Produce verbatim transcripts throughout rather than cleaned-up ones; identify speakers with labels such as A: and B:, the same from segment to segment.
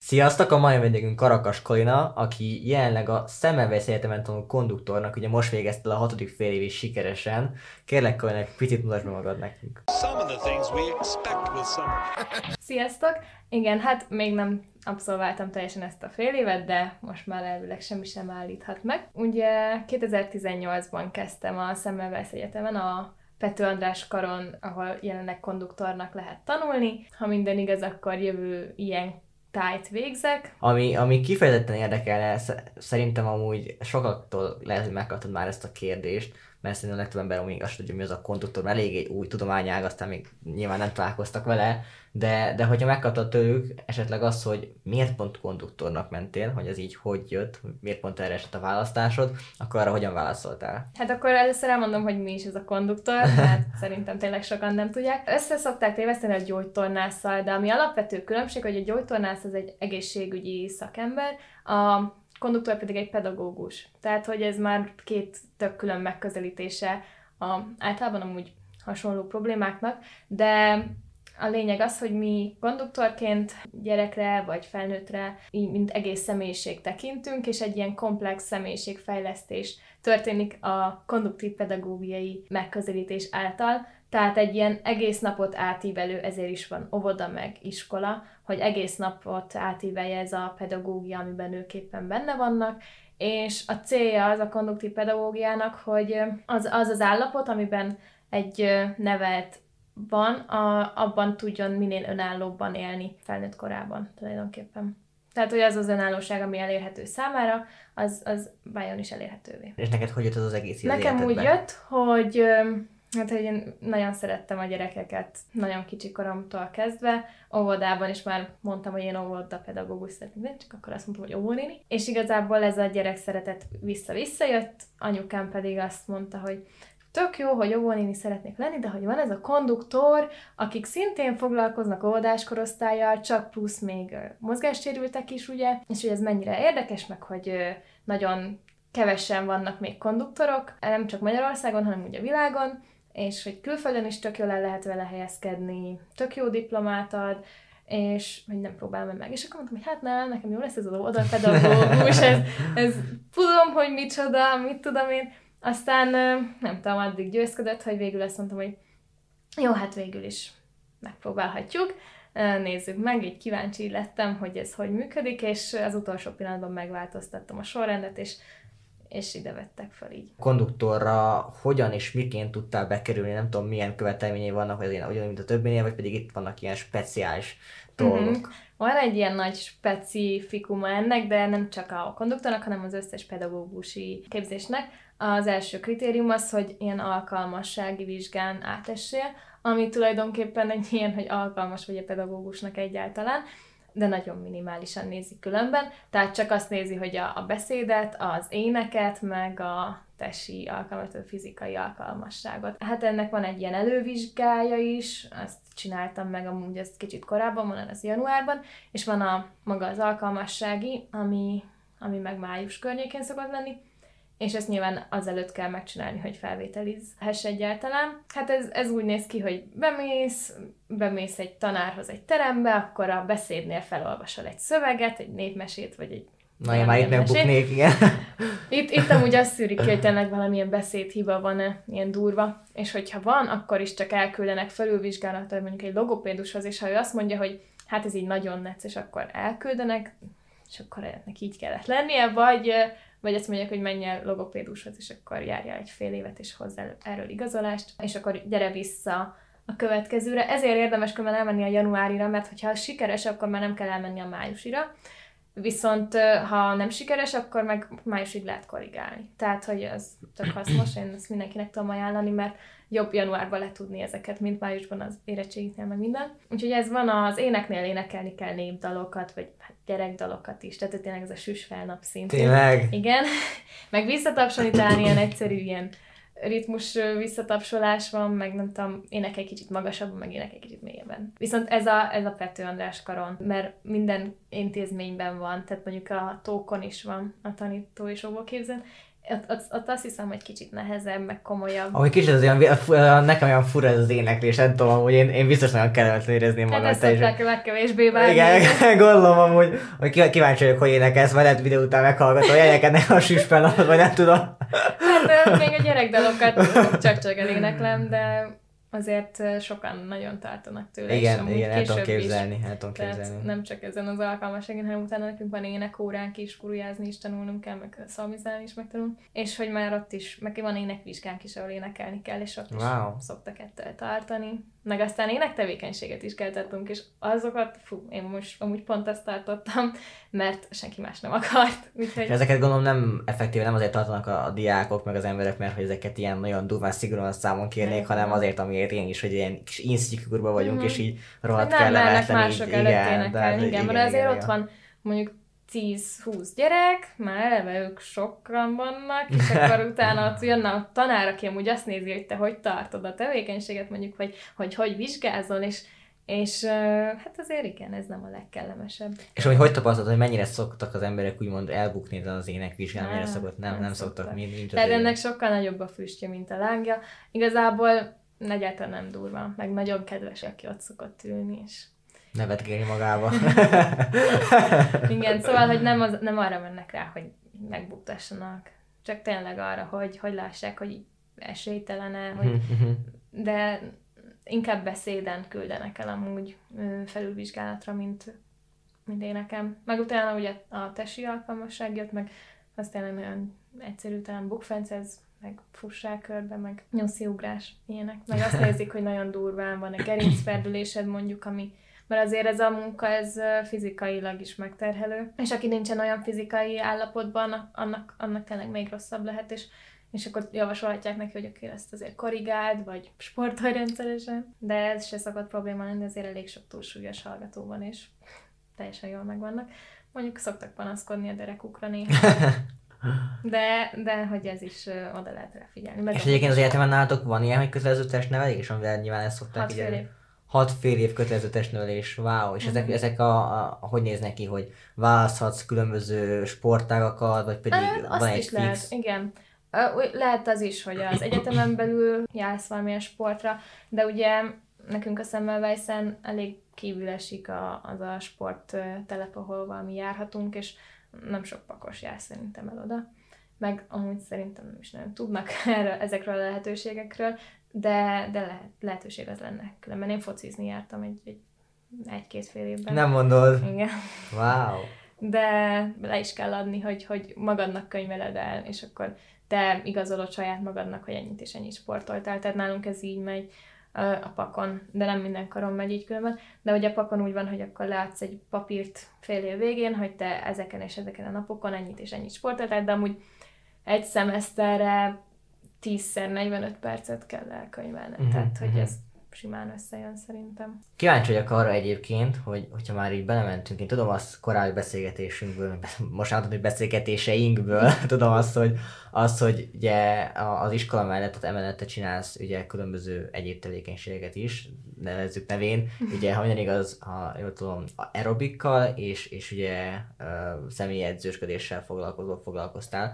A: Sziasztok! A mai vendégünk Karakas Kalina, aki jelenleg a Semmelweis Egyetemen tanul konduktornak, ugye most végezte el a hatodik fél évig sikeresen. Kérlek Kalina, egy picit mutasd be magad nekünk.
B: Sziasztok! Igen, hát még nem abszolváltam teljesen ezt a fél évet, de most már elvileg semmi sem állíthat meg. Ugye kétezer-tizennyolcban kezdtem a Semmelweis Egyetemen a Pető András karon, ahol jelenleg konduktornak lehet tanulni. Ha minden igaz, akkor jövő ilyen tájt végzek.
A: Ami, ami kifejezetten érdekelne, szerintem amúgy sokaktól lehet, hogy megkaptad már ezt a kérdést, mert szerintem a legtöbb ember amúgy azt tudja, mi az a konduktor, mert elég egy új tudományág, aztán még nyilván nem találkoztak vele, de, de hogyha megkaptad tőlük esetleg azt, hogy miért pont konduktornak mentél, hogy ez így hogy jött, miért pont erre esett a választásod, akkor arra hogyan válaszoltál?
B: Hát akkor először elmondom, hogy mi is ez a konduktor, mert szerintem tényleg sokan nem tudják. Össze szokták téveszteni a gyógytornásszal, de ami alapvető különbség, hogy a gyógytornász az egy egészségügyi szakember, a konduktor pedig egy pedagógus. Tehát, hogy ez már két tök külön megközelítése a, általában amúgy hasonló problémáknak, de a lényeg az, hogy mi konduktorként gyerekre vagy felnőttre így mint egész személyiség tekintünk, és egy ilyen komplex személyiségfejlesztés történik a konduktív pedagógiai megközelítés által. Tehát egy ilyen egész napot átívelő, ezért is van óvoda meg iskola, hogy egész napot átívelje ez a pedagógia, amiben ők éppen benne vannak, és a célja az a konduktív pedagógiának, hogy az az, az állapot, amiben egy nevelt van, a, abban tudjon minél önállóbban élni felnőtt korában tulajdonképpen. Tehát, hogy az az önállóság, ami elérhető számára, az, az váljon is elérhetővé.
A: És neked hogy jött az az egész
B: Nekem
A: életedbe?
B: úgy jött, hogy hát, hogy én nagyon szerettem a gyerekeket, nagyon kicsi koromtól kezdve, óvodában is már mondtam, hogy én óvodapedagógus szeretnék, csak akkor azt mondtam, hogy óvónéni. És igazából ez a gyerek szeretet vissza-vissza jött, anyukám pedig azt mondta, hogy tök jó, hogy óvónéni szeretnék lenni, de hogy van ez a konduktor, akik szintén foglalkoznak óvodás korosztállyal, csak plusz még mozgássérültek is, ugye, és hogy ez mennyire érdekes, meg hogy nagyon kevesen vannak még konduktorok, nem csak Magyarországon, hanem ugye a világon, és hogy külföldön is tök jól el lehet vele helyezkedni, tök jó diplomát ad, és hogy nem próbálom meg. És akkor mondtam, hogy hát nem, nekem jó lesz ez az óvodapedagógus, ez, ez tudom, hogy micsoda, mit tudom én. Aztán nem tudom, addig győzködött, hogy végül azt mondtam, hogy jó, hát végül is megpróbálhatjuk. Nézzük meg, így kíváncsi lettem, hogy ez hogy működik, és az utolsó pillanatban megváltoztattam a sorrendet, és, és ide vettek fel így.
A: Konduktorra hogyan és miként tudtál bekerülni, nem tudom milyen követelményei vannak, vagy ugyanúgy, mint a többinél, vagy pedig itt vannak ilyen speciális dolgok. Mm-hmm.
B: Van egy ilyen nagy specifikuma ennek, de nem csak a konduktornak, hanem az összes pedagógusi képzésnek. Az első kritérium az, hogy ilyen alkalmassági vizsgán átessél, ami tulajdonképpen egy ilyen, hogy alkalmas vagy a pedagógusnak egyáltalán, de nagyon minimálisan nézi különben, tehát csak azt nézi, hogy a, a beszédet, az éneket, meg a testi alkalmat, a fizikai alkalmasságot. Hát ennek van egy ilyen elővizsgája is, azt csináltam meg amúgy ezt kicsit korábban, van az januárban, és van a maga az alkalmassági, ami, ami meg május környékén szokott lenni, és ezt nyilván azelőtt kell megcsinálni, hogy felvételizhess egyáltalán. Hát ez, ez úgy néz ki, hogy bemész, bemész egy tanárhoz egy terembe, akkor a beszédnél felolvasol egy szöveget, egy népmesét, vagy egy...
A: Na, én már itt megbuknék, igen.
B: Itt, itt amúgy azt szűrik ki, hogy tényleg valamilyen beszédhiba van-e, ilyen durva, és hogyha van, akkor is csak elküldenek felülvizsgálatra, mondjuk egy logopédushoz, és ha ő azt mondja, hogy hát ez így nagyon necces, akkor elküldenek, és akkor ennek így kellett lennie, vagy... vagy azt mondják, hogy menj el logopédushoz, és akkor járjál egy fél évet, és hozzá erről igazolást, és akkor gyere vissza a következőre. Ezért érdemes különben elmenni a januárira, mert hogyha sikeres, akkor már nem kell elmenni a májusira, viszont ha nem sikeres, akkor meg májusig lehet korrigálni. Tehát, hogy az tök hasznos, én ezt mindenkinek tudom ajánlani, mert jobb januárban letudni ezeket, mint májusban az érettségiknél, meg minden. Úgyhogy ez van, az éneknél énekelni kell népdalokat, vagy hát gyerekdalokat is, tehát tényleg ez a süsfelnap szintén.
A: Tényleg?
B: Igen. Meg visszatapsolni, talán ilyen egyszerű, ilyen ritmus visszatapsolás van, meg nem tudom, énekel kicsit magasabban, meg énekel kicsit mélyebben. Viszont ez a, ez a Pető András karon, mert minden intézményben van, tehát mondjuk a Tókon is van a tanító és óvóképzőn, Ott, ott, ott azt hiszem, hogy kicsit nehezebb, meg komolyabb.
A: Ahogy kicsit az olyan, nekem olyan fura ez az éneklés, nem tudom, hogy én, én biztos nagyon kellemetlen érezném magam.
B: Hát ezt szokták legkevésbé bármi.
A: Igen, gondolom amúgy, hogy kíváncsi vagyok, hogy énekelsz, vagy lehet videó után meghallgatom, hogy eljeked a süspen, vagy nem tudom.
B: Hát még a gyerekdalokat csak-csak eléneklem, de azért sokan nagyon tartanak tőle.
A: Igen, igen, el tudom képzelni, el tudom képzelni.
B: Nem csak ezen az alkalmasságon, hanem utána nekünk van énekóránk is, kurujázni is tanulnunk kell, meg szalmizálni is megtanulunk. És hogy már ott is, meg van énekvizsgánk is, ahol énekelni kell, és ott wow. is szoktak ettől tartani. Meg aztán énektevékenységet is kell tettünk, és azokat, fú, én most amúgy pont azt tartottam, mert senki más nem akart. Úgyhogy...
A: És ezeket gondolom nem effektíve nem azért tartanak a, a diákok, meg az emberek, mert hogy ezeket ilyen nagyon durván szigorúan számon kérnék, hanem nem. azért, amiért én is, hogy ilyen kis inszikurba vagyunk, mm-hmm. és így rohadt kellemetlen.
B: Nem mások előtt énekelni, igen, mert azért igen, ott van mondjuk tíz-húsz gyerek, már eleve ők sokan vannak, és akkor utána ott jönne a tanár, aki amúgy azt nézi, hogy te hogy tartod a tevékenységet, mondjuk, hogy hogy, hogy vizsgázol, és, és hát azért igen, ez nem a legkellemesebb.
A: És hogy hogy tapasztalod, hogy mennyire szoktak az emberek úgymond elbukni ezen az énekvizsgán, mennyire szokott? Nem, nem, nem szoktak. szoktak. Nincs
B: Tehát ennek sokkal nagyobb a füstje, mint a lángja. Igazából egyáltalán nem durva, meg nagyon kedves, aki ott szokott ülni, és
A: nevetgélni magába.
B: Igen, szóval, hogy nem, az, nem arra mennek rá, hogy megbuktassanak, csak tényleg arra, hogy, hogy lássák, hogy esélytelene, hogy, de inkább beszéden küldenek el amúgy felülvizsgálatra, mint, mint én nekem. Meg utána ugye a tesi alkalmasság jött, meg az tényleg nagyon egyszerű, talán bukfencez, meg fussák körbe, meg nyusziugrás, ilyenek. Meg azt nézik, hogy nagyon durván van a gerincferdülésed mondjuk, ami mert azért ez a munka, ez fizikailag is megterhelő. És aki nincsen olyan fizikai állapotban, annak, annak tényleg még rosszabb lehet, és, és akkor javasolhatják neki, hogy oké, ezt azért korrigáld, vagy sportolj rendszeresen. De ez se szokott probléma lenni, azért elég sok túlsúlyos hallgató van, és teljesen jól megvannak. Mondjuk szoktak panaszkodni a derekukra néha. De, de hogy ez is uh, oda lehet rá figyelni. Meg
A: és egyébként az egyetemen nálatok van ilyen, hogy kötelező testnevelés, és amivel nyilván ezt szokták
B: hat fél év.
A: Hat fél év kötelező testnevelés, wow, és ezek, uh-huh. ezek a, a, a, hogy néznek ki, hogy választhatsz különböző sportágakat, vagy pedig
B: uh,
A: van
B: azt
A: egy
B: is
A: fix...
B: lehet, igen. Uh, lehet az is, hogy az egyetemen belül jársz valamilyen sportra, de ugye nekünk a Semmelweisen elég kívül esik a, az a sporttelep, ahol valami járhatunk, és nem sok pakos jár szerintem el oda. Meg amúgy szerintem nem is nagyon tudnak erről, ezekről a lehetőségekről, de, de lehet, lehetőség az lenne. Különben én focizni jártam egy, egy, egy-két fél évben.
A: Nem mondod?
B: Igen.
A: Wow.
B: De le is kell adni, hogy, hogy magadnak könyveled el, és akkor te igazolod saját magadnak, hogy ennyit és ennyit sportoltál. Tehát nálunk ez így megy a pakon, de nem minden karon megy így különben. De ugye a pakon úgy van, hogy akkor leadsz egy papírt fél év végén, hogy te ezeken és ezeken a napokon ennyit és ennyit sportoltál, de amúgy egy szemeszterre tízszer negyvenöt percet kell elkönyvelned, uh-huh, tehát hogy uh-huh. ez simán összejön szerintem.
A: Kíváncsi vagyok arra egyébként, hogy hogyha már így belementünk, én tudom azt korábbi beszélgetésünkből, most nem tudom, hogy beszélgetéseinkből, tudom azt, hogy, azt, hogy ugye az iskola mellett, tehát emellett csinálsz ugye különböző egyéb tevékenységeket is, nevezzük nevén, ugye ha minden igaz, ha jól tudom, aerobikkal és, és ugye személyi edzősködéssel foglalkozó foglalkoztál,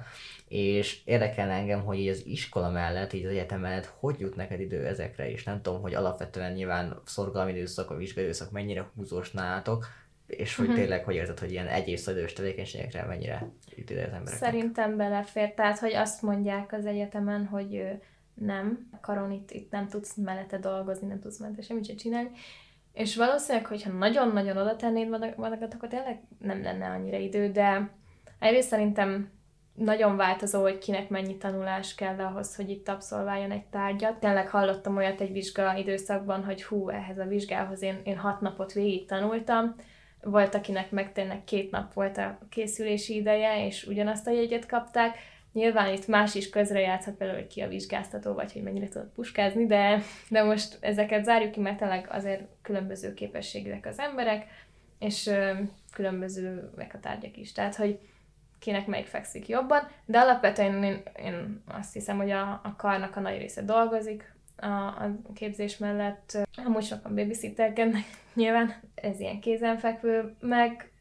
A: és érdekelne engem, hogy így az iskola mellett, így az egyetem mellett, hogy jut neked idő ezekre is. Nem tudom, hogy alapvetően nyilván szorgalmi időszak, vagy vizsgai időszak mennyire húzós nálatok, és hogy uh-huh. tényleg hogy érzed, hogy ilyen egyéb szadős tevékenységekre mennyire jut ide az embereknek?
B: Szerintem belefér, tehát hogy azt mondják az egyetemen, hogy nem, karon itt, itt nem tudsz mellette dolgozni, nem tudsz mellette semmit sem csinálni, és valószínűleg, hogyha nagyon-nagyon oda tennéd magadat, akkor tényleg nem lenne annyira idő, de egyrészt szerintem nagyon változó, hogy kinek mennyi tanulás kell ahhoz, hogy itt abszolváljon egy tárgyat. Tényleg hallottam olyat egy vizsga időszakban, hogy hú, ehhez a vizsgához én, én hat napot végig tanultam. Volt, akinek meg tényleg két nap volt a készülési ideje, és ugyanazt a jegyet kapták. Nyilván itt más is közrejátszhat például, hogy ki a vizsgáztató, vagy hogy mennyire tudod puskázni, de, de most ezeket zárjuk ki, mert tényleg azért különböző képességűek az emberek, és ö, különbözőek a tárgyak is. Tehát, hogy kinek melyik fekszik jobban, de alapvetően én, én azt hiszem, hogy a, a karnak a nagy része dolgozik a, a képzés mellett. Amúgy sokan babysitterkednek nyilván, ez ilyen kézenfekvő, meg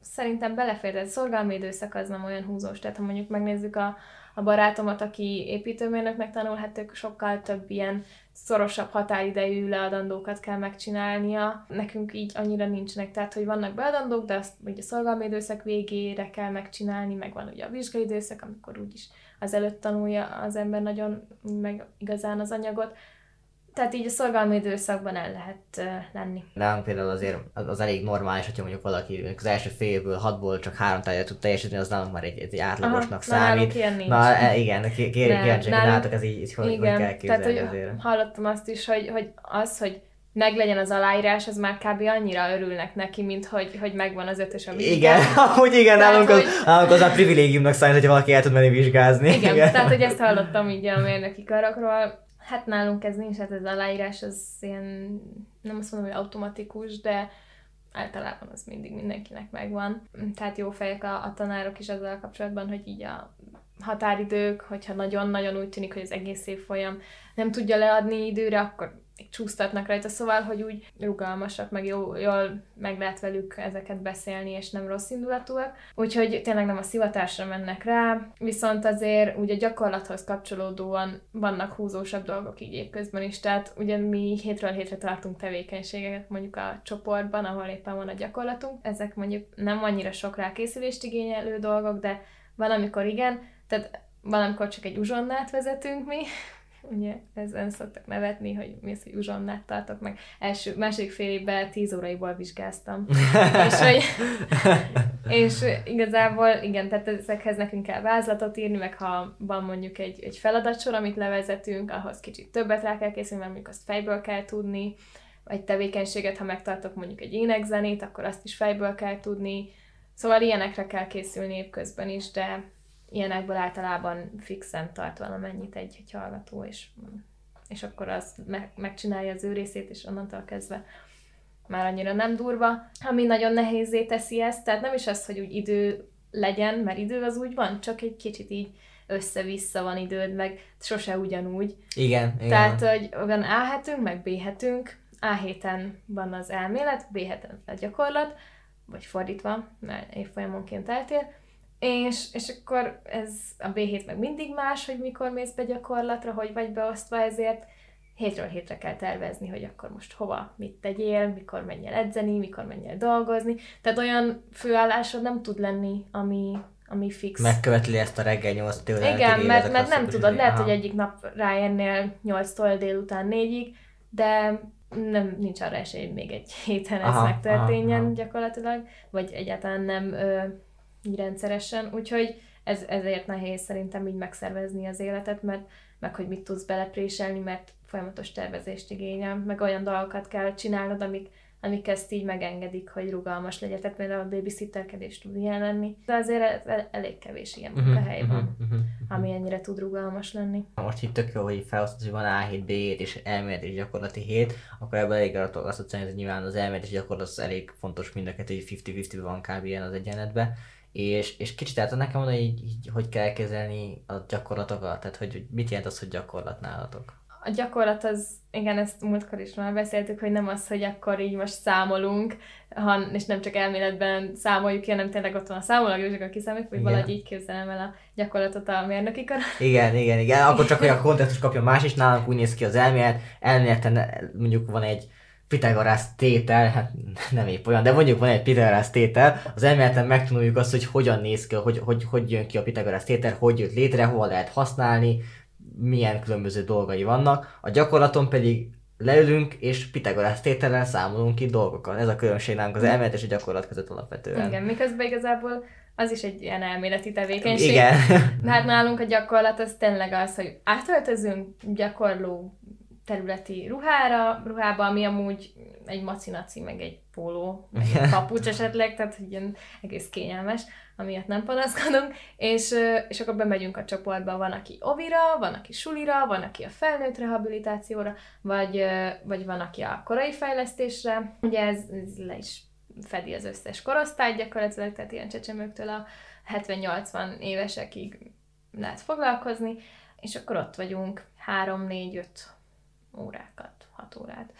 B: szerintem belefér, ez szorgalmi időszak az nem olyan húzós, tehát ha mondjuk megnézzük a, a barátomat, aki építőmérnöknek tanul, hát ők sokkal több ilyen szorosabb határidejű leadandókat kell megcsinálnia. Nekünk így annyira nincsenek, tehát hogy vannak beadandók, de azt ugye a szorgalmi időszak végére kell megcsinálni, meg van ugye a vizsgai időszak, amikor úgyis azelőtt tanulja az ember nagyon meg igazán az anyagot. Tehát így a szorgalmi időszakban el lehet uh, lenni.
A: Nálunk például azért az, az elég normális, hogyha mondjuk valaki az első fél évből hatból csak három tárgyat tud teljesíteni, az nálunk már egy, egy átlagosnak
B: Aha,
A: számít.
B: Na,
A: e, igen, kíváncsi, hogy nálatok ez így, így hogy,
B: igen,
A: hogy kell képzelni
B: tehát,
A: azért.
B: Hogy hallottam azt is, hogy, hogy az, hogy meglegyen az aláírás, az már kb. Annyira örülnek neki, mint hogy, hogy megvan az ötös a vizsgán.
A: Igen, amúgy igen,
B: tehát,
A: nálunk,
B: hogy...
A: az, nálunk az a privilégiumnak számít, hogy valaki el tud menni vizsgázni.
B: Igen, igen, tehát hogy ezt hallottam így a mérnöki karokról. Hát nálunk ez nincs, hát ez aláírás, az ilyen, nem azt mondom, hogy automatikus, de általában az mindig mindenkinek megvan. Tehát jó fejek a, a tanárok is ezzel kapcsolatban, hogy így a határidők, hogyha nagyon-nagyon úgy tűnik, hogy az egész évfolyam nem tudja leadni időre, akkor csúsztatnak rajta, szóval, hogy úgy rugalmasak, meg jó, jól meg lehet velük ezeket beszélni, és nem rossz indulatúak. Úgyhogy tényleg nem a szivatásra mennek rá, viszont azért ugye gyakorlathoz kapcsolódóan vannak húzósabb dolgok így évközben is, tehát ugye mi hétről hétre tartunk tevékenységeket mondjuk a csoportban, ahol éppen van a gyakorlatunk. Ezek mondjuk nem annyira sok rákészülést igényelő dolgok, de valamikor igen, tehát valamikor csak egy uzsonnát vezetünk mi, ugye ezen szoktak nevetni, hogy mi az, hogy uzsonnát tartok, meg első, második fél évben tíz óraiból vizsgáztam. és, hogy, és igazából igen, tehát ezekhez nekünk kell vázlatot írni, meg ha van mondjuk egy, egy feladatsor, amit levezetünk, ahhoz kicsit többet rá kell készülni, mert mondjuk azt fejből kell tudni, egy tevékenységet, ha megtartok mondjuk egy énekzenét, akkor azt is fejből kell tudni. Szóval ilyenekre kell készülni évközben is, de ilyenekből általában fixen tart valamennyit egy, egy hallgató, és, és akkor az me- megcsinálja az ő részét, és onnantól kezdve már annyira nem durva. Ami nagyon nehézé teszi ezt, tehát nem is az, hogy úgy idő legyen, mert idő az úgy van, csak egy kicsit így össze-vissza van időd, meg sose ugyanúgy.
A: Igen, igen.
B: Tehát, hogy van á hetünk, meg bé hetünk, á héten van az elmélet, bé héten a gyakorlat, vagy fordítva, mert évfolyamonként eltér, És, és akkor ez a bé hét meg mindig más, hogy mikor mész be gyakorlatra, hogy vagy beosztva, ezért hétről hétre kell tervezni, hogy akkor most hova, mit tegyél, mikor menj el edzeni, mikor menj el dolgozni. Tehát olyan főállásod nem tud lenni, ami, ami fix.
A: Megkövetli ezt a reggel nyolctól.
B: Igen, mert, mert nem tudod, lehet, hogy egyik nap ráérnél nyolctól délután négyig, de nem, nincs arra esély, hogy még egy héten ez aha, megtörténjen aha, aha. gyakorlatilag, vagy egyáltalán nem ö, így rendszeresen, úgyhogy ez, ezért nehéz szerintem így megszervezni az életet, mert meg hogy mit tudsz belepréselni, mert folyamatos tervezést igényel, meg olyan dolgokat kell csinálnod, amik, amik ezt így megengedik, hogy rugalmas legyen. Tehát például a babysitterkedés tud ilyen lenni, de azért el, elég kevés ilyen munkahely uh-huh, van, uh-huh, uh-huh. ami ennyire tud rugalmas lenni.
A: Most itt tök jó, hogy felosztod, hogy van á hét, bé hét és elmélet és gyakorlati hét, akkor ebben elég aratok azt mondani, hogy nyilván az elmélet és gyakorlat az elég fontos mind a kettő, hogy fifty-fifty van kb. Ilyen az egyenletben. És, és kicsit át nekem mondani, hogy így, hogy kell kezelni a gyakorlatokat, tehát hogy, hogy mit jelent az, hogy gyakorlat nálatok?
B: A gyakorlat az, igen, ezt múltkor is már beszéltük, hogy nem az, hogy akkor így most számolunk, han, és nem csak elméletben számoljuk ki, hanem tényleg ott van a számolagos, akkor kiszámoljuk, hogy valahogy így képzelem el a gyakorlatot a mérnöki kar.
A: Igen, igen, igen, akkor csak, hogy a kontextus kapja más is, nálunk úgy néz ki az elmélet, elméleten mondjuk van egy Pitagorász tétel, hát nem épp olyan, de mondjuk van egy Pitagorász tétel, az elméleten megtanuljuk azt, hogy hogyan néz ki, hogy, hogy, hogy jön ki a Pitagorász tétel, hogy jött létre, hol lehet használni, milyen különböző dolgai vannak. A gyakorlaton pedig leülünk, és Pitagorász tétellel számolunk ki dolgokat. Ez a különbség nálunk az elmélet és a gyakorlat között alapvetően.
B: Igen, miközben igazából az is egy ilyen elméleti tevékenység.
A: Igen.
B: Hát nálunk a gyakorlat az tényleg az, hogy átöltözünk gyakorló területi ruhára, ruhába, ami amúgy egy macinaci, meg egy póló, meg egy papucs esetleg, tehát ilyen egész kényelmes, amiatt nem panaszkodunk, és, és akkor bemegyünk a csoportba, van, aki ovira, van, aki sulira, van, aki a felnőtt rehabilitációra, vagy, vagy van, aki a korai fejlesztésre. Ugye ez, ez le is fedi az összes korosztályt gyakorlatilag, tehát ilyen csecsemőktől a hetven-nyolcvan évesekig lehet foglalkozni, és akkor ott vagyunk három négy öt órákat, hat órát.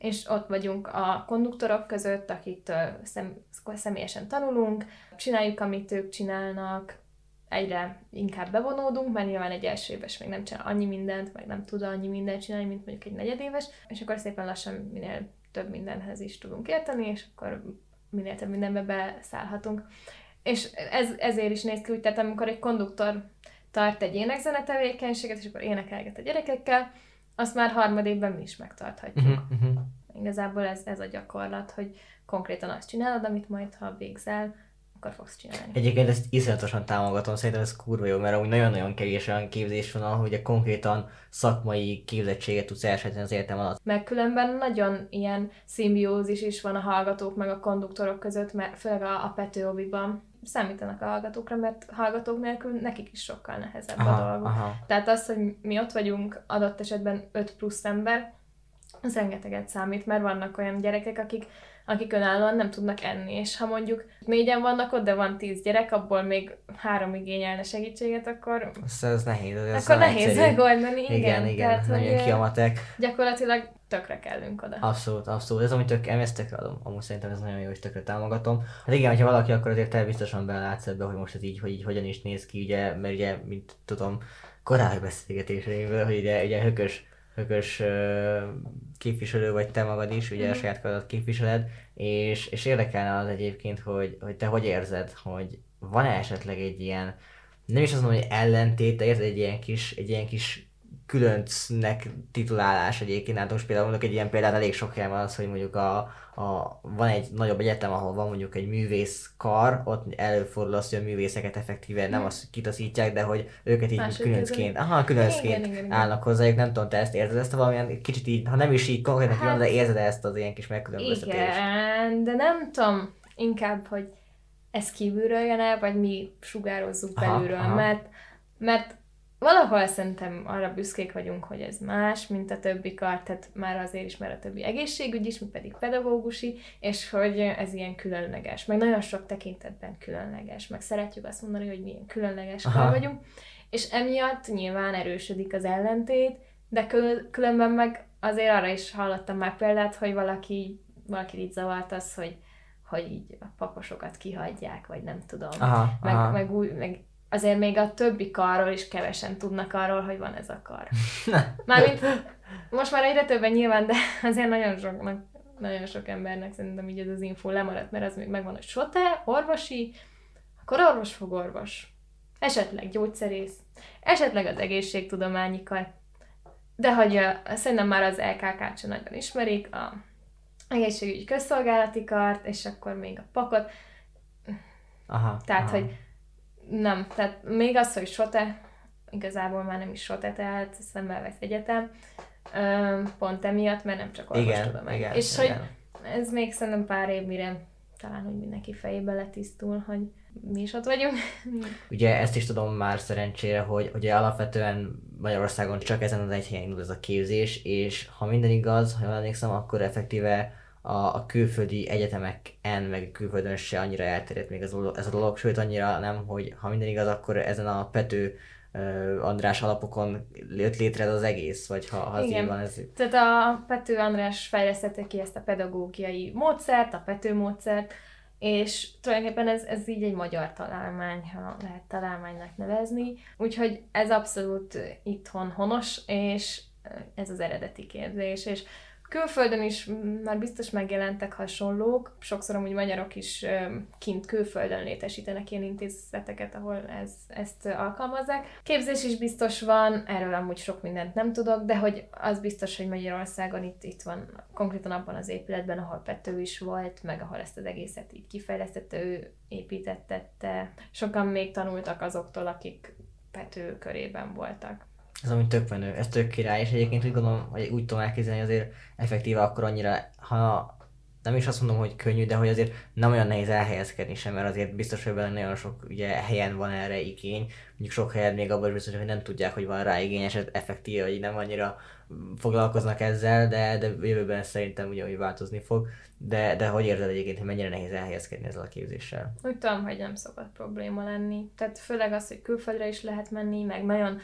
B: és ott vagyunk a konduktorok között, akiktől szem, személyesen tanulunk, csináljuk, amit ők csinálnak, egyre inkább bevonódunk, mert nyilván egy első éves még nem csinál annyi mindent, meg nem tud annyi mindent csinálni, mint mondjuk egy negyedéves, és akkor szépen lassan minél több mindenhez is tudunk érteni, és akkor minél több mindenbe beszállhatunk. És ez, ezért is néz ki úgy, tehát amikor egy konduktor tart egy énekzene tevékenységet, és akkor énekelget a gyerekekkel, azt már harmadévben mi is megtarthatjuk. Uh-huh, uh-huh. Igazából ez, ez a gyakorlat, hogy konkrétan azt csinálod, amit majd, ha végzel, akkor fogsz csinálni.
A: Egyébként ezt iszonyatosan támogatom, szerintem ez kurva jó, mert amúgy nagyon-nagyon kevés olyan képzés van, ahol ugye konkrétan szakmai képzettséget tudsz elsajátítani az egyetem alatt.
B: Meg különben nagyon ilyen szimbiózis is van a hallgatók meg a konduktorok között, mert főleg a, a Petőoviban számítanak a hallgatókra, mert hallgatók nélkül nekik is sokkal nehezebb aha, a dolguk. Aha. Tehát az, hogy mi ott vagyunk adott esetben öt plusz ember, az rengeteget számít, mert vannak olyan gyerekek, akik, akik önállóan nem tudnak enni, és ha mondjuk négyen vannak ott, de van tíz gyerek, abból még három igényelne segítséget, akkor...
A: Ez, ez nehéz. Ez
B: akkor nehéz megoldani, igen.
A: Igen, igen, tehát, nagyon ki a matek.
B: Gyakorlatilag tökre kellünk oda.
A: Abszolút, abszolút. Ez, amit tök, ezt tökre adom. Amúgy szerintem ez nagyon jó, és tökre támogatom. Hát igen, hogyha valaki, akkor azért te biztosan belátsz ebbe, hogy most ez így, hogy így hogyan is néz ki, ugye, mert ugye, mint tudom, korábbi beszélgetéseinkből, hogy ugye, ugye hökös, hökös uh, képviselő vagy te magad is, ugye mm. a saját karadat képviseled, és, és érdekelne az egyébként, hogy, hogy te hogy érzed, hogy van-e esetleg egy ilyen, nem is azt mondom, hogy ellentét, de érzed egy ilyen kis, egy ilyen kis különcnek titulálás egyébként. Hát most például mondok egy ilyen példát, elég sok helyen van az, hogy mondjuk a, a, van egy nagyobb egyetem, ahol van mondjuk egy művészkar, ott előfordul az, hogy a művészeket effektíven nem azt kitaszítják, de hogy őket így Másik különcként, aha, különcként igen, igen, állnak hozzájuk. Nem tudom, te ezt érzed, ezt valamilyen kicsit így, ha nem is így konkrétan hát, külön, de érzed ezt az ilyen kis megkülönböztetést?
B: Igen, de nem tudom, inkább, hogy ez kívülről jön el, vagy mi sugározzuk aha, belülről, aha. mert mert valahol szerintem arra büszkék vagyunk, hogy ez más, mint a többi kar, tehát már azért is, mert a többi egészségügy is, mi pedig pedagógusi, és hogy ez ilyen különleges, meg nagyon sok tekintetben különleges, meg szeretjük azt mondani, hogy milyen különleges kar vagyunk, és emiatt nyilván erősödik az ellentét, de kül- különben meg azért arra is hallottam már példát, hogy valaki, valaki így zavart az, hogy, hogy így a paposokat kihagyják, vagy nem tudom, aha, meg, aha. meg úgy, meg azért még a többi karról is kevesen tudnak arról, hogy van ez a kar. Mármint most már egyre többen nyilván, de azért nagyon soknak, nagyon sok embernek szerintem így ez az infó lemaradt, mert az még megvan, hogy sote, orvosi, akkor orvos fog orvos. Esetleg gyógyszerész, esetleg az egészségtudományi kar. De hogy a, szerintem már az el ká ká-t sem nagyon ismerik, a egészségügyi közszolgálati kart, és akkor még a pakot.
A: Aha,
B: Tehát,
A: aha.
B: hogy nem, tehát még az, hogy sote, igazából már nem is sote, tehát Szemmelweis Egyetem, pont emiatt, mert nem csak orvostudomány. Igen, és igen. hogy ez még szerintem pár év, mire talán, hogy mindenki fejébe letisztul, hogy mi is ott vagyunk.
A: Ugye ezt is tudom már szerencsére, hogy ugye alapvetően Magyarországon csak ezen az egy helyen indul ez a képzés, és ha minden igaz, ha jól emlékszem, akkor effektíve a, a külföldi egyetemeken, meg külföldön se annyira elterjedt még ez a, ez a dolog, sőt annyira nem, hogy ha minden igaz, akkor ezen a Pető uh, András alapokon jött létre ez az egész, vagy ha, ha az így van. Ez...
B: Tehát a Pető András fejlesztette ki ezt a pedagógiai módszert, a Pető módszert, és tulajdonképpen ez, ez így egy magyar találmány, ha lehet találmánynak nevezni. Úgyhogy ez abszolút itthon honos, és ez az eredeti képzés. És külföldön is már biztos megjelentek hasonlók, sokszor amúgy magyarok is kint külföldön létesítenek ilyen intézeteket, ahol ez, ezt alkalmazzák. Képzés is biztos van, erről amúgy sok mindent nem tudok, de hogy az biztos, hogy Magyarországon itt, itt van, konkrétan abban az épületben, ahol Pető is volt, meg ahol ezt az egészet így kifejlesztette, ő építettette. Sokan még tanultak azoktól, akik Pető körében voltak.
A: Ez ami tök menő, ez tök király, és egyébként úgy gondolom, hogy úgy tudom elképzelni, azért effektíve akkor annyira, ha nem is azt mondom, hogy könnyű, de hogy azért nem olyan nehéz elhelyezkedni sem, mert azért biztos, hogy benne nagyon sok ugye, helyen van erre igény, mondjuk sok helyen még abban is biztos, hogy nem tudják, hogy van rá igény, és effektíve, hogy nem annyira foglalkoznak ezzel, de, de jövőben szerintem ugyanúgy változni fog. De, de hogy érzed egyébként, hogy mennyire nehéz elhelyezkedni ezzel a képzéssel?
B: Úgy tudom, hogy nem szokott probléma lenni. Tehát főleg az, hogy külföldre is lehet menni, meg nagyon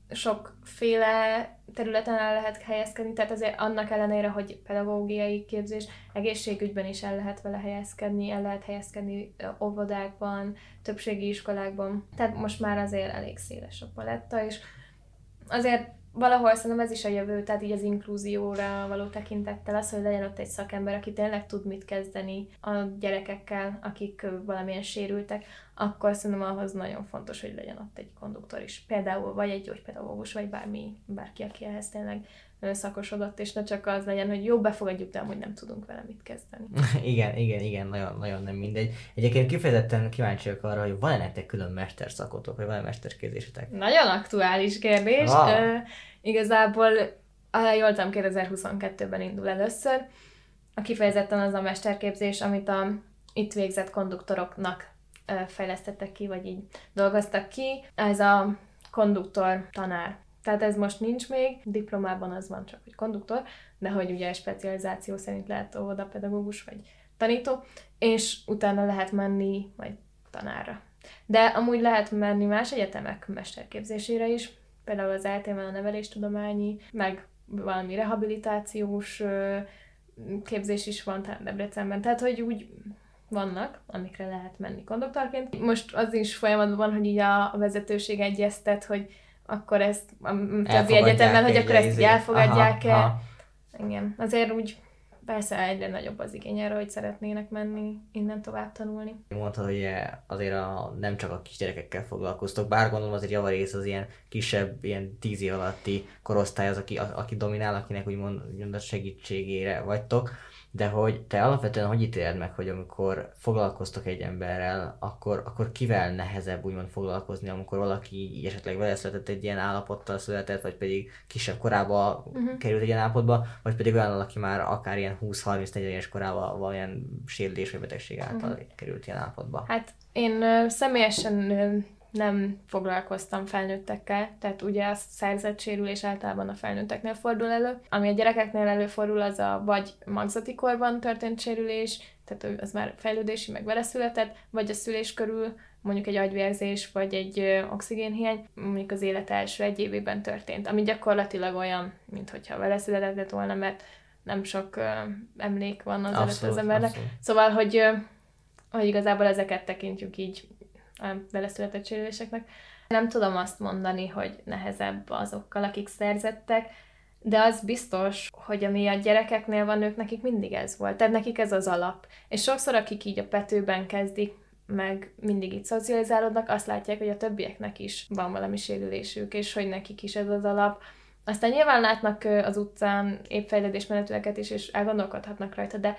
B: sokféle területen el lehet helyezkedni, tehát azért annak ellenére, hogy pedagógiai képzés, egészségügyben is el lehet vele helyezkedni, el lehet helyezkedni óvodákban, többségi iskolákban, tehát most már azért elég széles a paletta, és azért valahol szerintem ez is a jövő, tehát így az inkluzióra való tekintettel az, hogy legyen ott egy szakember, aki tényleg tud mit kezdeni a gyerekekkel, akik valamilyen sérültek, akkor szerintem ahhoz nagyon fontos, hogy legyen ott egy konduktor is. Például vagy egy gyógypedagógus, vagy bármi, bárki, aki ehhez tényleg szakosodott, és ne csak az legyen, hogy jó, befogadjuk, de amúgy nem tudunk vele mit kezdeni.
A: igen, igen, igen, nagyon, nagyon nem mindegy. Egyébként kifejezetten kíváncsiak arra, hogy van-e nektek külön mesterszakotok, vagy van-e mesterképzésetek?
B: Nagyon aktuális kérdés.
A: Wow.
B: Uh, igazából, ha jól tudom, kétezer-huszonkettőben indul először. A kifejezetten az a mesterképzés, amit a itt végzett konduktoroknak uh, fejlesztettek ki, vagy így dolgoztak ki. Ez a konduktor tanár. Tehát ez most nincs még, diplomában az van csak, hogy konduktor, de hogy ugye specializáció szerint lehet óvodapedagógus vagy tanító, és utána lehet menni majd tanárra. De amúgy lehet menni más egyetemek mesterképzésére is, például az é té em-en a neveléstudományi, meg valami rehabilitációs képzés is van Debrecenben, tehát hogy úgy vannak, amikre lehet menni konduktorként. Most az is folyamatban van, hogy így a vezetőség egyeztet, hogy akkor ezt a többi egyetemben, hogy akkor ezt így elfogadják-e. Igen, azért úgy persze egyre nagyobb az igény arra, hogy szeretnének menni innen tovább tanulni.
A: Mondtad, hogy azért a, nem csak a kisgyerekekkel foglalkoztok, bár gondolom azért javarész az ilyen kisebb, ilyen tíz év alatti korosztály az, aki, aki dominál, akinek úgymond, úgymond a segítségére vagytok. De hogy te alapvetően hogy ítéled meg, hogy amikor foglalkoztok egy emberrel, akkor, akkor kivel nehezebb úgymond foglalkozni, amikor valaki esetleg vele született egy ilyen állapottal született, vagy pedig kisebb korában uh-huh. került egy ilyen állapotba, vagy pedig olyan, aki már akár ilyen húsz-harminc-negyven éves korában valamilyen sérülés vagy betegség által uh-huh. került ilyen állapotba.
B: Hát én ö, személyesen ö, nem foglalkoztam felnőttekkel, tehát ugye a szerzett sérülés általában a felnőtteknél fordul elő. Ami a gyerekeknél előfordul, az a vagy magzati korban történt sérülés, tehát az már fejlődési, meg vele született, vagy a szülés körül mondjuk egy agyvérzés, vagy egy ö, oxigénhiány, mondjuk az élet első egy évében történt, ami gyakorlatilag olyan, mintha vele született volna, mert nem sok ö, emlék van az előtt az embernek. Abszolút. Szóval, hogy, ö, hogy igazából ezeket tekintjük így a beleszületett sérüléseknek. Nem tudom azt mondani, hogy nehezebb azokkal, akik szerzettek, de az biztos, hogy ami a gyerekeknél van, ők nekik mindig ez volt. Tehát nekik ez az alap. És sokszor, akik így a petőben kezdik, meg mindig itt szocializálódnak, azt látják, hogy a többieknek is van valami sérülésük, és hogy nekik is ez az alap. Aztán nyilván látnak az utcán épp fejlődésmenetűeket is, és elgondolkodhatnak rajta, de,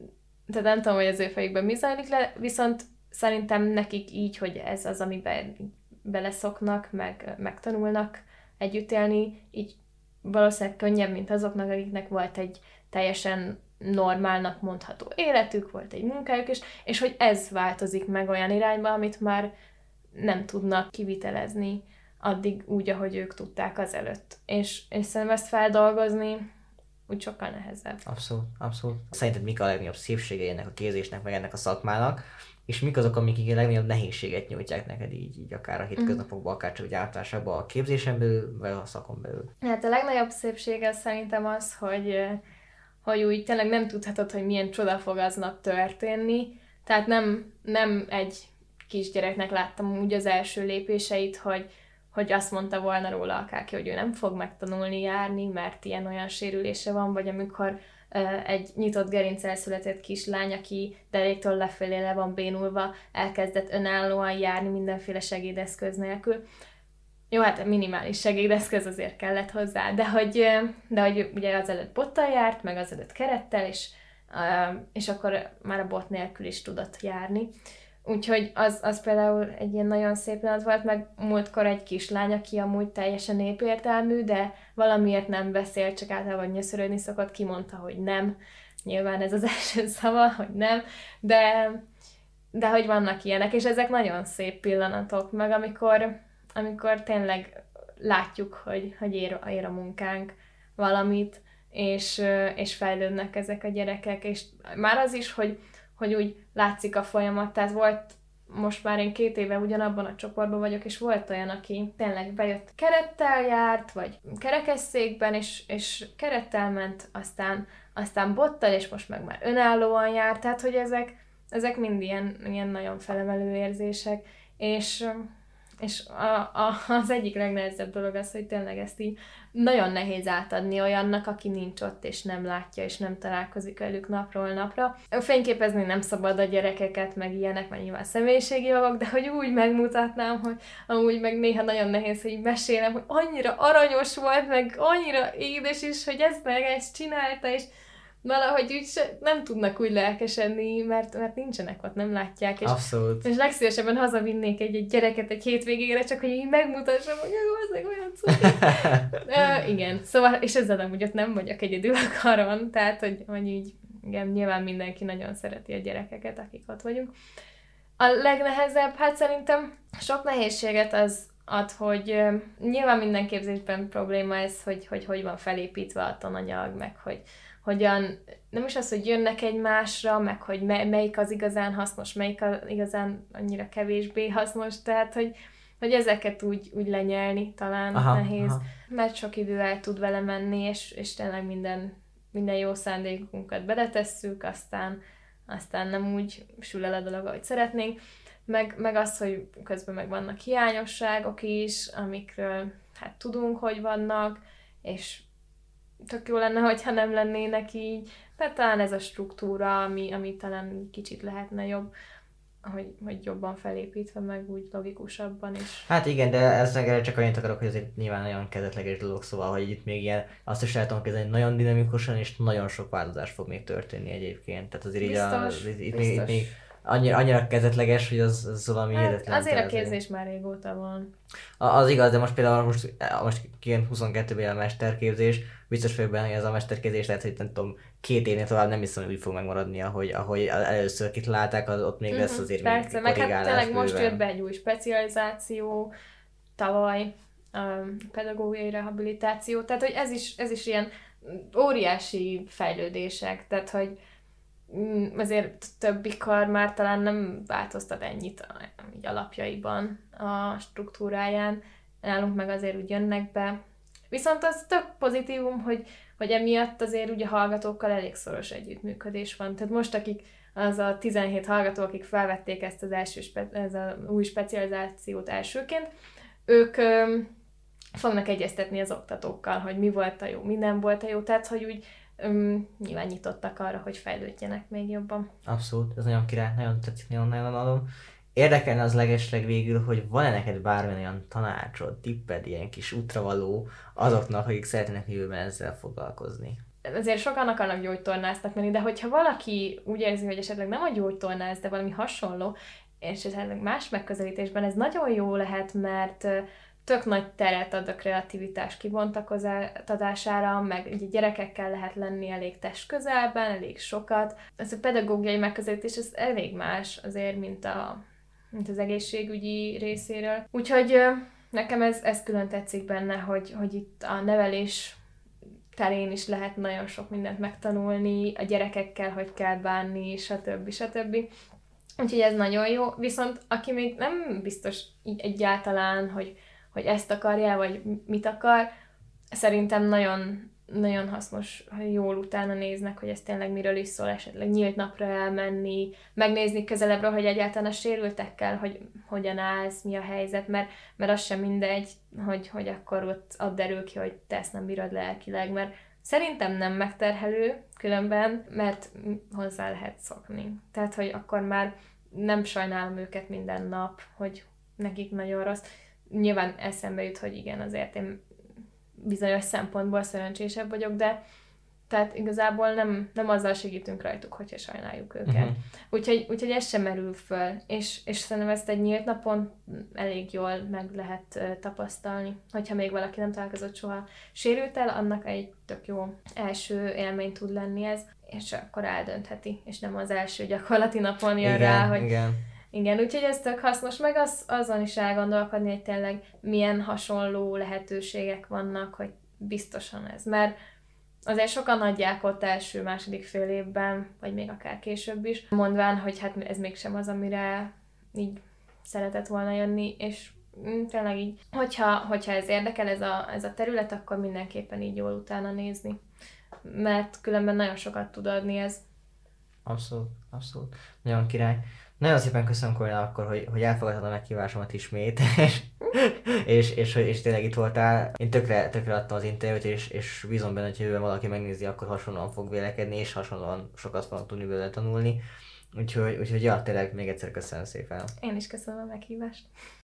B: de nem tudom, hogy az ő fejükben mi zajlik le, viszont szerintem nekik így, hogy ez az, amiben beleszoknak, meg megtanulnak együtt élni, így valószínűleg könnyebb, mint azoknak, akiknek volt egy teljesen normálnak mondható életük, volt egy munkájuk is, és hogy ez változik meg olyan irányba, amit már nem tudnak kivitelezni addig úgy, ahogy ők tudták azelőtt. És, és szerintem ezt feldolgozni úgy sokkal nehezebb.
A: Abszolút, abszolút. Szerinted mik a legnagyobb szépségei ennek a képzésnek, meg ennek a szakmának, és mik azok, amik a legnagyobb nehézséget nyújtják neked így, így akár a hétköznapokban, akár csak úgy általásában a képzésen belül, vagy a szakon belül?
B: Hát a legnagyobb szépsége szerintem az, hogy, hogy úgy tényleg nem tudhatod, hogy milyen csoda fog aznap történni. Tehát nem, nem egy kisgyereknek láttam úgy az első lépéseit, hogy, hogy azt mondta volna róla akárki, hogy ő nem fog megtanulni járni, mert ilyen-olyan sérülése van, vagy amikor egy nyitott gerinccel született kislány, aki deréktől lefelé le van bénulva, elkezdett önállóan járni mindenféle segédeszköz nélkül. Jó, hát minimális segédeszköz azért kellett hozzá, de hogy, de hogy ugye azelőtt bottal járt, meg azelőtt kerettel, és, és akkor már a bot nélkül is tudott járni. Úgyhogy az, az például egy ilyen nagyon szép pillanat volt, meg múltkor egy kislány, aki amúgy teljesen népértelmű, de valamiért nem beszélt, csak általában nyöszörögni szokott, kimondta, hogy nem. Nyilván ez az első szava, hogy nem, de, de hogy vannak ilyenek, és ezek nagyon szép pillanatok, meg amikor, amikor tényleg látjuk, hogy, hogy ér, ér a munkánk valamit, és, és fejlődnek ezek a gyerekek, és már az is, hogy hogy úgy látszik a folyamat, tehát volt most már én két éve ugyanabban a csoportban vagyok, és volt olyan, aki tényleg bejött kerettel járt, vagy kerekesszékben, és, és kerettel ment, aztán, aztán bottal, és most meg már önállóan jár, tehát hogy ezek, ezek mind ilyen, ilyen nagyon felemelő érzések, és, és a, a, az egyik legnehezebb dolog az, hogy tényleg ezt így nagyon nehéz átadni olyannak, aki nincs ott, és nem látja, és nem találkozik velük napról napra. Fényképezni nem szabad a gyerekeket, meg ilyenek, mert nyilván személyiségi jogok, de hogy úgy megmutatnám, hogy amúgy meg néha nagyon nehéz, hogy így mesélem, hogy annyira aranyos volt, meg annyira édes is, hogy ezt meg ezt csinálta, és valahogy úgy se, nem tudnak úgy lelkesedni, mert, mert nincsenek ott, nem látják. És,
A: Abszolút.
B: És legszívesebben hazavinnék egy, egy gyereket egy hétvégére, csak hogy így megmutassam, hogy jó, az olyan cuki. uh, igen, szóval, és ezzel amúgy ott nem vagyok egyedül a karon, tehát, hogy, hogy így, igen, nyilván mindenki nagyon szereti a gyerekeket, akik ott vagyunk. A legnehezebb, hát szerintem sok nehézséget az ad, hogy uh, nyilván minden képzésben probléma ez, hogy, hogy hogy van felépítve a tananyag, meg hogy hogyan, nem is az, hogy jönnek egymásra, meg hogy me- melyik az igazán hasznos, melyik az igazán annyira kevésbé hasznos, tehát hogy, hogy ezeket úgy, úgy lenyelni talán aha, nehéz, aha. Mert sok idő el tud vele menni, és, és tényleg minden, minden jó szándékunkat beletesszük, aztán, aztán nem úgy sül el a dolog, ahogy szeretnénk, meg, meg az, hogy közben meg vannak hiányosságok is, amikről hát tudunk, hogy vannak, és tök jó lenne, hogyha nem lennének így. Tehát talán ez a struktúra, ami, ami talán kicsit lehetne jobb, hogy, hogy jobban felépítve, meg úgy logikusabban is.
A: Hát igen, de ezzel csak annyit akarok, hogy ez egy nyilván nagyon kezdetleges dolog, szóval, hogy itt még ilyen, azt is el tudom kezdeni, nagyon dinamikusan, és nagyon sok változás fog még történni egyébként. Tehát azért
B: biztos,
A: így a, itt,
B: biztos.
A: Még, itt még annyira, annyira kezdetleges, hogy az, az valami
B: hát
A: hihetetlen.
B: Azért a képzés már régóta van.
A: Az igaz, de most például most, most kijön huszonkettőben a mesterképzés, biztos vagyok benne, hogy ez a mesterképzés lehet, hogy nem tudom, két évnél tovább nem hiszem, hogy úgy fog megmaradni, ahogy, ahogy először kitalálták, az ott még uh-huh, lesz azért
B: persze,
A: még
B: korrigálás. Meg hát tényleg most
A: bőven.
B: jött be egy új specializáció, tavaly um, pedagógiai rehabilitáció, tehát hogy ez is, ez is ilyen óriási fejlődések, tehát hogy azért többi kar már talán nem változtat ennyit így alapjaiban, a struktúráján, nálunk meg azért úgy jönnek be. Viszont az tök pozitívum, hogy, hogy emiatt azért ugye hallgatókkal elég szoros együttműködés van. Tehát most, akik az a tizenhét hallgató, akik felvették ezt az első spe- ez a új specializációt elsőként, ők öm, fognak egyeztetni az oktatókkal, hogy mi volt a jó, mi nem volt a jó, tehát hogy úgy öm, nyilván nyitottak arra, hogy fejlődjenek még jobban.
A: Abszolút, ez nagyon király, nagyon tetszik, nagyon nagyon adom. Érdekelne az legesleg végül, hogy van-e neked bármilyen olyan tanácsod, tipped, ilyen kis útravaló azoknak, akik szeretnének jövőben ezzel foglalkozni?
B: Azért sokan akarnak gyógytornásznak menni, de hogyha valaki úgy érzi, hogy esetleg nem a gyógytornász, de valami hasonló, és esetleg más megközelítésben ez nagyon jó lehet, mert tök nagy teret ad a kreativitás kibontakozására, meg ugye gyerekekkel lehet lenni elég testközelben, elég sokat. Ez a pedagógiai megközelítés ez elég más azért, mint, a, mint az egészségügyi részéről. Úgyhogy nekem ez, ez külön tetszik benne, hogy, hogy itt a nevelés terén is lehet nagyon sok mindent megtanulni, a gyerekekkel hogy kell bánni, stb. stb. Úgyhogy ez nagyon jó. Viszont aki még nem biztos így egyáltalán, hogy hogy ezt akarja, vagy mit akar, szerintem nagyon, nagyon hasznos, ha jól utána néznek, hogy ez tényleg miről is szól, esetleg nyílt napra elmenni, megnézni közelebbről, hogy egyáltalán a sérültekkel, hogy hogyan állsz, mi a helyzet, mert, mert az sem mindegy, hogy, hogy akkor ott, ott derül ki, hogy te ezt nem bírod lelkileg, mert szerintem nem megterhelő különben, mert hozzá lehet szokni. Tehát, hogy akkor már nem sajnálom őket minden nap, hogy nekik nagyon rossz. Nyilván eszembe jut, hogy igen, azért én bizonyos szempontból szerencsésebb vagyok, de tehát igazából nem, nem azzal segítünk rajtuk, hogyha sajnáljuk őket. Uh-huh. Úgyhogy, úgyhogy ez sem merül föl, és, és szerintem ezt egy nyílt napon elég jól meg lehet uh, tapasztalni. Hogyha még valaki nem találkozott soha sérültel, annak egy tök jó első élmény tud lenni ez, és akkor eldöntheti, és nem az első gyakorlati napon jön
A: igen,
B: rá, hogy
A: igen.
B: Igen, úgyhogy ez tök hasznos, meg az, azon is elgondolkodni, hogy tényleg milyen hasonló lehetőségek vannak, hogy biztosan ez. Mert azért sokan adják ott első-második fél évben, vagy még akár később is, mondván, hogy hát ez mégsem az, amire így szeretett volna jönni, és mm, tényleg így, hogyha, hogyha ez érdekel, ez a, ez a terület, akkor mindenképpen így jól utána nézni. Mert különben nagyon sokat tud adni ez.
A: Abszolút, abszolút. Nagyon király. Nagyon szépen köszönöm, Corina, akkor, hogy, hogy elfogadtad a meghívásomat ismét, és, és, és, és tényleg itt voltál. Én tökre, tökre adtam az interjút, és, és bízom benne, hogy jövőben valaki megnézi, akkor hasonlóan fog vélekedni, és hasonlóan sokat fognak tudni belőle tanulni. Úgyhogy, úgyhogy ja, tényleg még egyszer köszönöm szépen.
B: Én is köszönöm a meghívást.